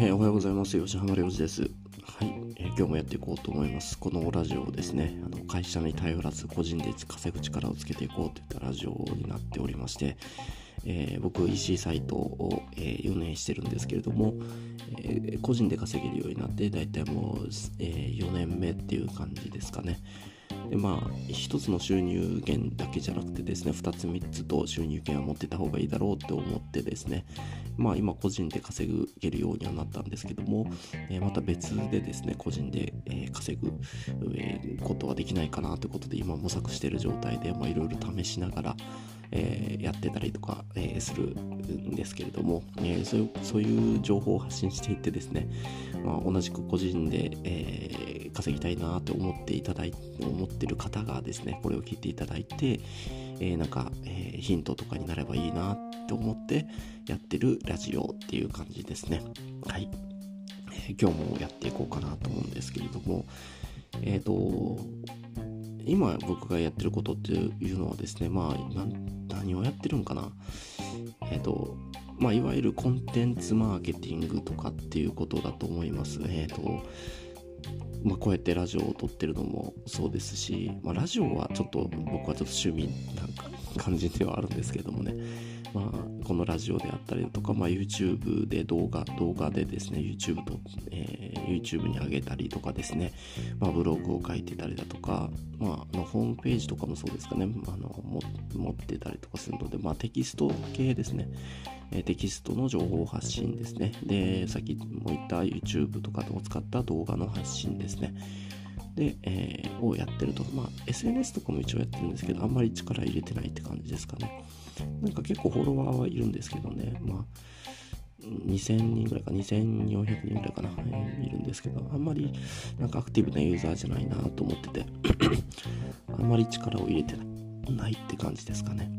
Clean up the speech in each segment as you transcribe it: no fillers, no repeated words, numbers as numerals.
おはようございます。吉浜良二です。はい、今日もやっていこうと思います。このラジオをですね、会社に頼らず個人で稼ぐ力をつけていこうといったラジオになっておりまして、僕 EC サイトを、4年してるんですけれども、個人で稼げるようになってだいたいもう、4年目っていう感じですかね。で一つの収入源だけじゃなくてですね、2つ3つと収入源を持ってた方がいいだろうって思ってですね、今個人で稼げるようにはなったんですけども、また別でですね個人で、稼ぐ、ことはできないかなということで今模索している状態でいろいろ試しながら、やってたりとか、するんですけれども、そういう情報を発信していってですね、同じく個人で、稼ぎたいなと思っている方がですねこれを聞いていただいて、ヒントとかになればいいなと思ってやってるラジオっていう感じですね。はい、今日もやっていこうかなと思うんですけれども、今僕がやってることっていうのはですね、何をやってるんかな、いわゆるコンテンツマーケティングとかっていうことだと思います。こうやってラジオを撮ってるのもそうですし、ラジオはちょっと僕はちょっと趣味なんか感じではあるんですけどもね、このラジオであったりだとか、YouTube で動画でですね YouTube に上げたりとかですね、ブログを書いてたりだとか、ホームページとかもそうですかね、持ってたりとかするので、テキスト系ですね、テキストの情報発信ですね。で、さっきも言った YouTube とかを使った動画の発信ですね。で、をやってると、SNS とかも一応やってるんですけど、あんまり力入れてないって感じですかね。結構フォロワーはいるんですけどね、2000人ぐらいか、2400人ぐらいかな、いるんですけど、あんまりアクティブなユーザーじゃないなと思っててあんまり力を入れてないって感じですかね。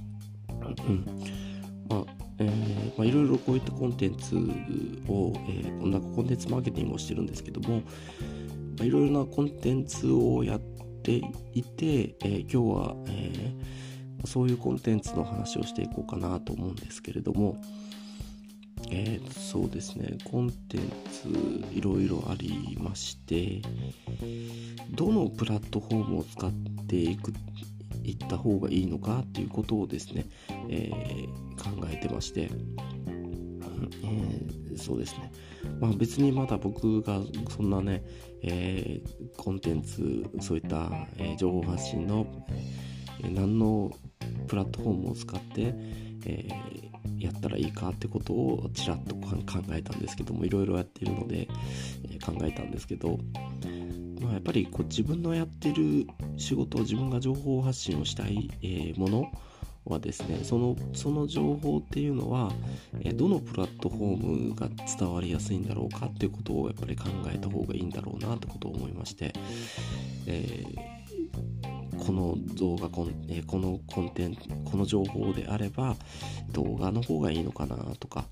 いろいろこういったコンテンツを、コンテンツマーケティングをしてるんですけども、いろいろなコンテンツをやっていて、今日は、そういうコンテンツの話をしていこうかなと思うんですけれども、そうですね、コンテンツいろいろありまして、どのプラットフォームを使っていった方がいいのかっていうことをですね、考えてまして、そうですね、別にまだ僕がそんなね、コンテンツそういった、情報発信の、何のプラットフォームを使って、やったらいいかってことをちらっと考えたんですけども、いろいろやっているので、考えたんですけど、やっぱり自分のやってる仕事、自分が情報発信をしたい、ものはですね、その情報っていうのは、どのプラットフォームが伝わりやすいんだろうかっていうことをやっぱり考えた方がいいんだろうなってことを思いまして、この動画このコンテンツ、この情報であれば動画の方がいいのかなとか、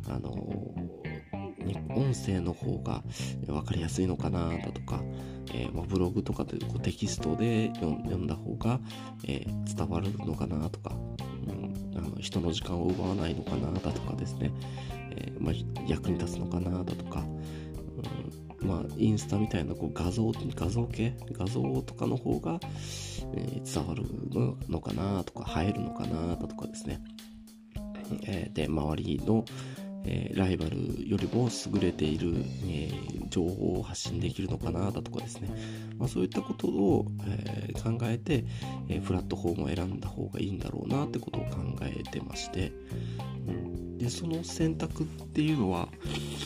音声の方が分かりやすいのかなだとか、ブログとかでテキストで読んだ方が、伝わるのかなとか、人の時間を奪わないのかなだとかですね、役に立つのかなだとか、インスタみたいな画像とかの方が、伝わるのかなとか、映えるのかなだとかですね、で周りのライバルよりも優れている、情報を発信できるのかなだとかですね、そういったことを、考えて、プラットフォームを選んだ方がいいんだろうなってことを考えてまして、でその選択っていうのは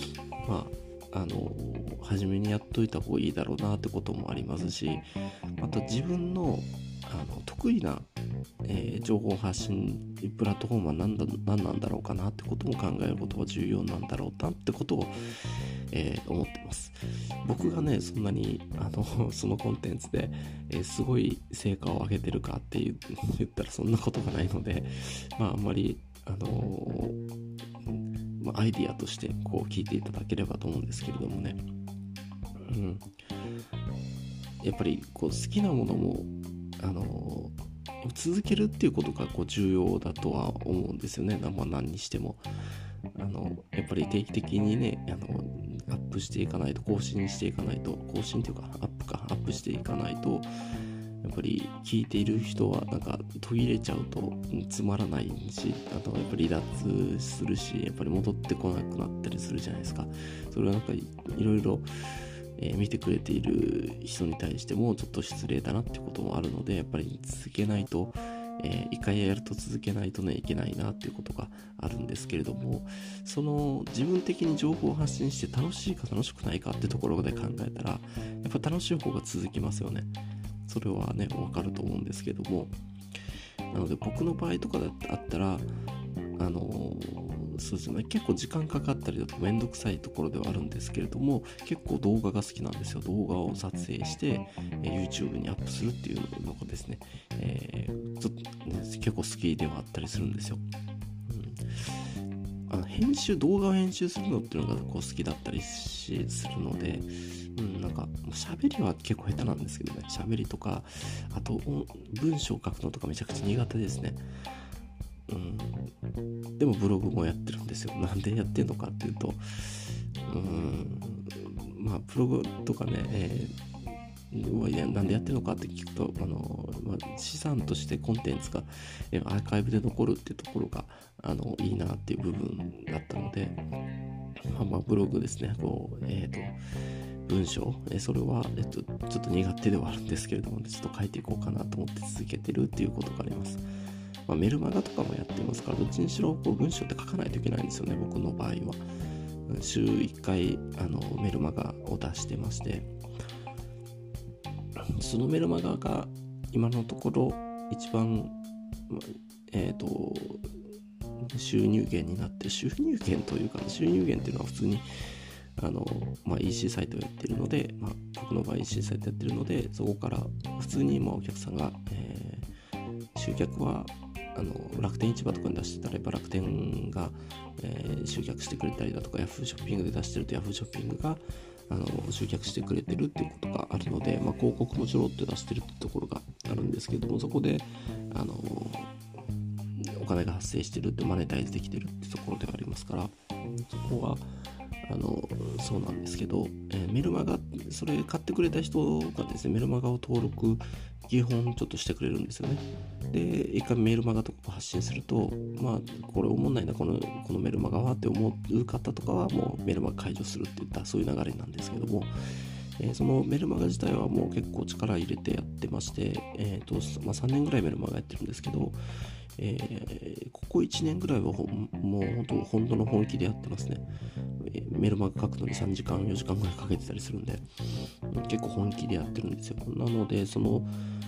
初めにやっといた方がいいだろうなってこともありますし、また自分の得意な、情報発信プラットフォームは何なんだろうかなってことも考えることが重要なんだろうなってことを、思ってます。僕がねそんなにそのコンテンツで、すごい成果を上げてるかって言ったらそんなことがないので、あんまりアイディアとして聞いていただければと思うんですけれどもね、やっぱり好きなものも続けるっていうことが重要だとは思うんですよね。何にしてもやっぱり定期的にねアップしていかないと、更新していかないと、更新というかアップしていかないと、やっぱり聞いている人はなんか途切れちゃうとつまらないし、あとはやっぱり離脱するし、やっぱり戻ってこなくなったりするじゃないですか。それはなんかいろいろ見てくれている人に対してもちょっと失礼だなっていうこともあるので、やっぱり続けないと、一回やると続けないとねいけないなっていうことがあるんですけれども、その自分的に情報を発信して楽しいか楽しくないかってところで考えたら、やっぱ楽しい方が続きますよね。それはね分かると思うんですけども、なので僕の場合とかだったらそうですね、結構時間かかったりだとめんどくさいところではあるんですけれども、結構動画が好きなんですよ。動画を撮影して、YouTube にアップするっていうのがですね、ちょっとね、結構好きではあったりするんですよ。動画を編集するのっていうのがこう好きだったりするので、なんか喋りは結構下手なんですけどね、喋りとか、あと文章を書くのとかめちゃくちゃ苦手ですね。でもブログもやってるんですよ。なんでやってるのかっていうと、ブログとかね、なんでやってるのかって聞くと、資産としてコンテンツがアーカイブで残るっていうところがいいなっていう部分だったので、ブログですね、文章、それは、ちょっと苦手ではあるんですけれども、ちょっと書いていこうかなと思って続けてるっていうことがあります。メルマガとかもやってますから、どっちにしろ文章って書かないといけないんですよね、僕の場合は。週1回メルマガを出してまして、そのメルマガが今のところ一番、収入源になって、収入源っていうのは普通にEC サイトをやってるので、僕の場合 EC サイトやってるので、そこから普通にお客さんが、集客は楽天市場とかに出してたら、やっぱ楽天が、集客してくれたりだとか、Yahoo ショッピングで出してると Yahoo ショッピングが集客してくれてるっていうことがあるので、広告もちょろっと出してるってところがあるんですけども、そこでお金が発生してるって、マネタイズできてるってところではありますから、そこはそうなんですけど、メルマガ、それ買ってくれた人がですね、メルマガを登録基本ちょっとしてくれるんですよね。で、一回メルマガとかを発信すると、これおもんないな、このメルマガはって思う方とかはもうメルマガ解除するっていったそういう流れなんですけども、そのメルマガ自体はもう結構力入れてやってまして、3年ぐらいメルマガやってるんですけど、ここ1年ぐらいはもう本当の本気でやってますね。メルマガ書くのに3時間4時間ぐらいかけてたりするんで、結構本気でやってるんですよ。なのでその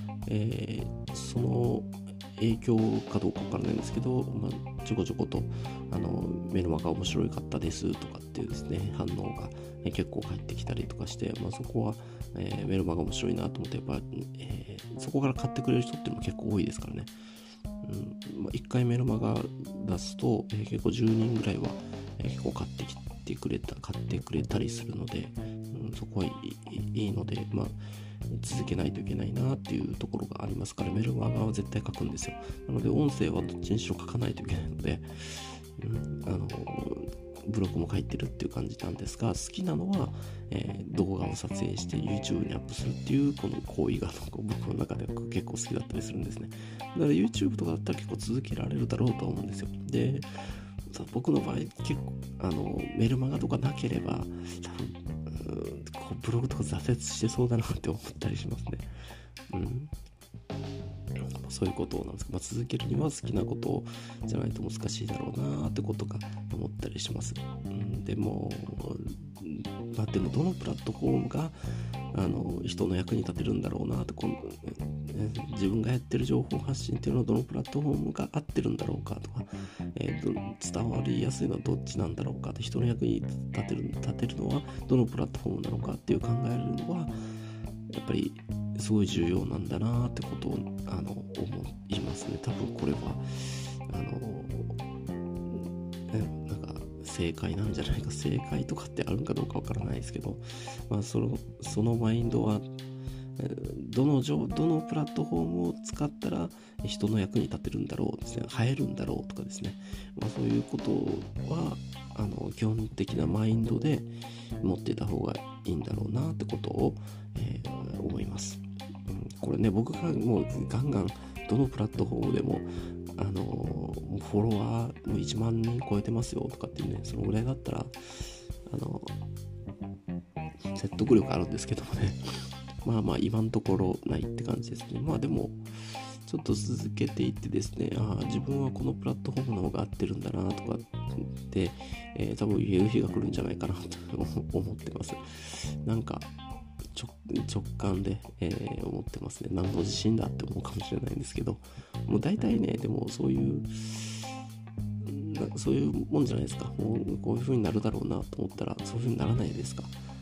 影響かどうかわからないんですけど、ちょこちょことメルマガ面白かったですとかっていうですね、反応が結構返ってきたりとかして、そこは、メルマガ面白いなと思って、やっぱ、そこから買ってくれる人っていうのも結構多いですからね。1回メルマガ出すと、結構10人ぐらいは、結構買ってくれたりするので、そこはいいので、続けないといけないなっていうところがありますから、メルマガは絶対書くんですよ。なので音声はどっちにしろ書かないといけないので、ブログも書いてるっていう感じなんですが、好きなのは、動画を撮影して YouTube にアップするっていうこの行為が僕の中では結構好きだったりするんですね。だから YouTube とかだったら結構続けられるだろうと思うんですよ。で、僕の場合結構メルマガとかなければ多分ブログとか挫折してそうだなって思ったりしますね。そういうことなんですけど、続けるには好きなことじゃないと難しいだろうなってことが思ったりします。でもどのプラットフォームが人の役に立てるんだろうなって、自分がやってる情報発信っていうのはどのプラットフォームが合ってるんだろうかとか、伝わりやすいのはどっちなんだろうかって、人の役に立てるのはどのプラットフォームなのかっていう考えるのはやっぱりすごい重要なんだなってことを思いますね。多分これはなんか正解なんじゃないか、正解とかってあるんかどうかわからないですけど、そのマインドはどのプラットフォームを使ったら人の役に立てるんだろうですね、映えるんだろうとかですね、そういうことは基本的なマインドで持ってた方がいいんだろうなってことを、思います。これね、僕がもうガンガンどのプラットフォームでもフォロワーも1万人超えてますよとかっていうね、そのぐらいだったら説得力あるんですけどもね今のところないって感じですね。でもちょっと続けていってですね、自分はこのプラットフォームの方が合ってるんだなとかって、多分言える日が来るんじゃないかなと思ってます。なんか直感で、思ってますね。何の自信だって思うかもしれないんですけど、もう大体ね、でもそういうもんじゃないですか。もうこういう風になるだろうなと思ったらそういう風にならないですか。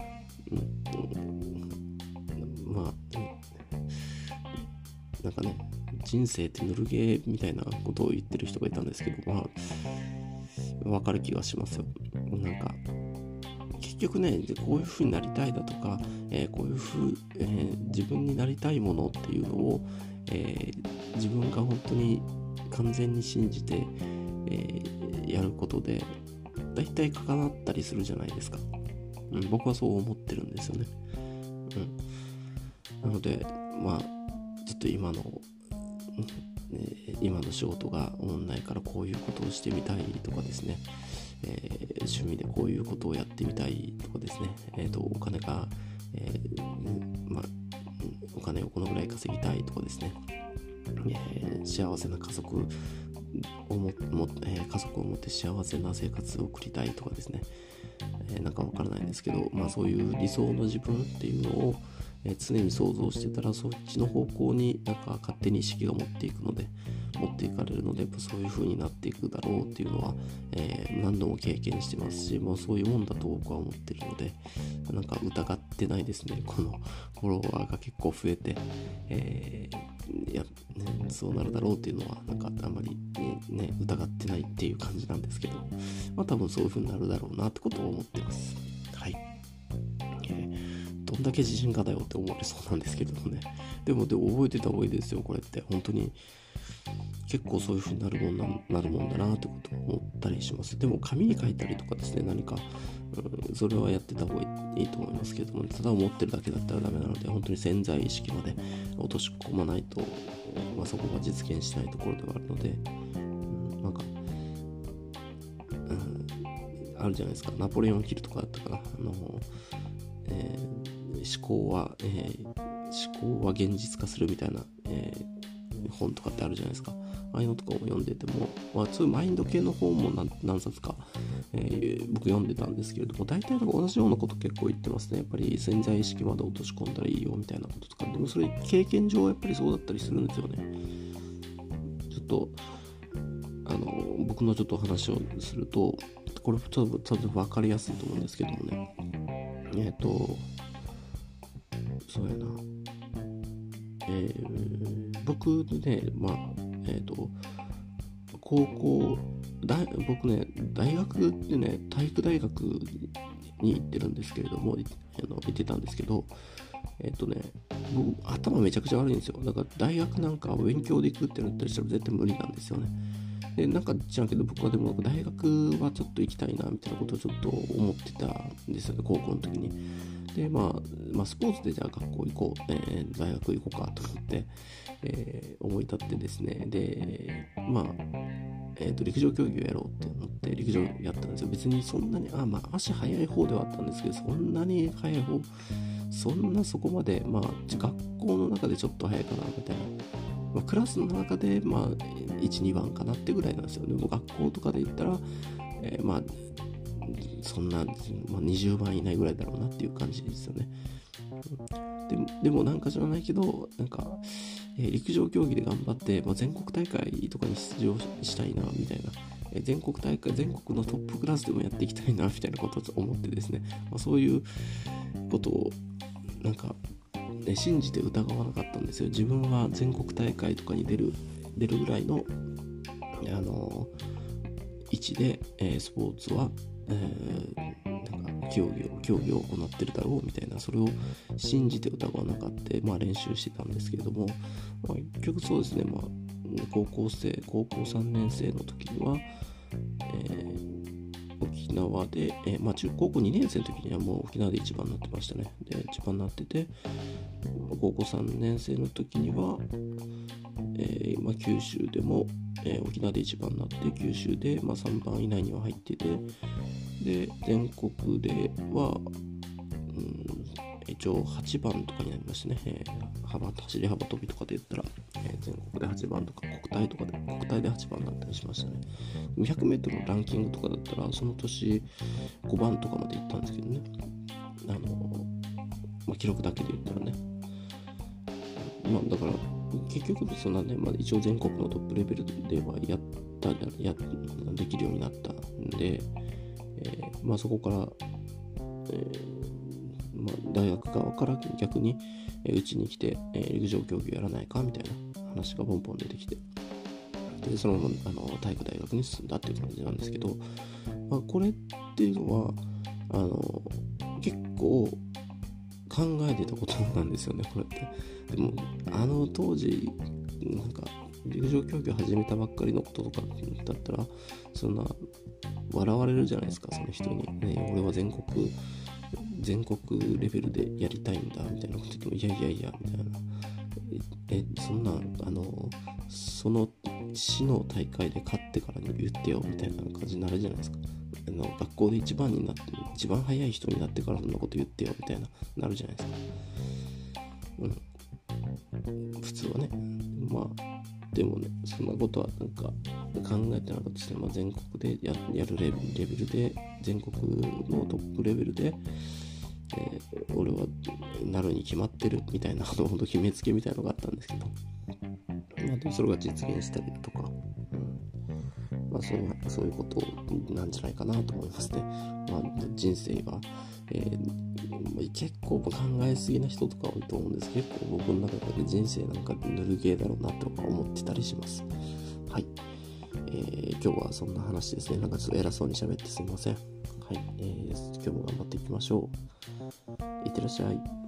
なんかね、人生ってぬるゲーみたいなことを言ってる人がいたんですけど、わかる気がしますよ。なんか結局ね、こういう風になりたいだとか、こういう自分になりたいものっていうのを、自分が本当に完全に信じて、やることでだいたい重なったりするじゃないですか。僕はそう思ってるんですよね。なのでちょっと今の仕事がおもんないからこういうことをしてみたいとかですね、趣味でこういうことをやってみたいとかですね、お金が、お金をこのぐらい稼ぎたいとかですね、幸せな家族を持って幸せな生活を送りたいとかですね、なんかわからないんですけど、そういう理想の自分っていうのを、常に想像してたらそっちの方向になんか勝手に意識が持っていかれるので、やっぱそういう風になっていくだろうっていうのは、何度も経験してますし、そういうもんだと僕は思ってるので、なんか疑ってないですね。このフォロワーが結構増えて、そうなるだろうっていうのはなんかあんまり、疑ってないっていう感じなんですけど、多分そういう風になるだろうなってことを思ってます。はい。どんだけ自信家だよって思われそうなんですけれどもね。でも覚えてた方がいいですよ。これって本当に結構そういう風になるもんだなってことを思ったりします。でも紙に書いたりとかですね、何か、それはやってた方がいいと思いますけども、ただ思ってるだけだったらダメなので、本当に潜在意識まで落とし込まないと、そこが実現しないところではあるので、あるじゃないですか。ナポレオンヒルとかだったかな。思考は現実化するみたいな、本とかってあるじゃないですか。ああいうのとかを読んでても、そういうマインド系の本も何冊か、僕読んでたんですけれども、大体同じようなこと結構言ってますね。やっぱり潜在意識まで落とし込んだらいいよみたいなこととか。でもそれ経験上やっぱりそうだったりするんですよね。ちょっと僕のちょっと話をすると、これちょっと分かりやすいと思うんですけどもね、そうやな、僕ね、僕ね、大学ってね、体育大学に行ってるんですけれども、行ってたんですけど、僕頭めちゃくちゃ悪いんですよ。だから大学なんか勉強で行くってなったりしたら絶対無理なんですよね。で、なんか知らんけど、僕はでも大学はちょっと行きたいなみたいなことをちょっと思ってたんですよね、高校の時に。で、スポーツでじゃあ学校行こう、大学行こうかと思って、思い立ってですね、で、陸上競技をやろうって思って陸上やったんですよ。別にそんなに足速い方ではあったんですけど、そんなに速い方、そこまで、学校の中でちょっと速いかなみたいな、クラスの中で1、2番かなってぐらいなんですよ。でも学校とかで言ったら、そんな、20番以内ぐらいだろうなっていう感じですよね。でもなんか知らないけど、なんか、陸上競技で頑張って、全国大会とかに出場したいなみたいな、全国のトップクラスでもやっていきたいなみたいなことを思ってですね、そういうことをなんか、信じて疑わなかったんですよ。自分は全国大会とかに出るぐらいの位置で、スポーツは、なんか競技を行ってるだろうみたいな、それを信じて疑わなかった、練習してたんですけれども、結局そうですね、高校3年生の時には、沖縄で、高校2年生の時にはもう沖縄で一番になってましたね。で、一番になってて、高校3年生の時には、九州でも、沖縄で一番になって、九州で、3番以内には入ってて、で、全国では、一応8番とかになりましたね。走り幅跳びとかで言ったら、全国で8番とか、国体で8番になったりしましたね。100メートルのランキングとかだったら、その年5番とかまで行ったんですけどね。記録だけで言ったらね。だから、結局そんなね、一応全国のトップレベルではできるようになったんで、そこから、大学側から逆にうちに来て、陸上競技をやらないかみたいな話がポンポン出てきて、でそのまま体育大学に進んだっていう感じなんですけど、これっていうのは結構考えてたことなんですよね、これって。でも当時なんか陸上競技を始めたばっかりのこととかだったら、そんな笑われるじゃないですか、その人に、俺は全国レベルでやりたいんだみたいなこと言っても、いやみたいな、そんなその市の大会で勝ってからに言ってよみたいな感じになるじゃないですか。学校で一番早い人になってからそんなこと言ってよみたいなるじゃないですか。普通はね。でもね、そんなことはなんか考えてなかったですね。全国でやるレベルで、全国のトップレベルで、俺はなるに決まってるみたいな、ほんと決めつけみたいなのがあったんですけど、でもそれが実現したりとか、そういうことなんじゃないかなと思いますね。人生は、結構考えすぎな人とか多いと思うんですけど、結構僕の中で人生なんかぬるゲーだろうなとか思ってたりします。はい、今日はそんな話ですね。なんかちょっと偉そうに喋ってすみません。はい、今日も頑張っていきましょう。いってらっしゃい。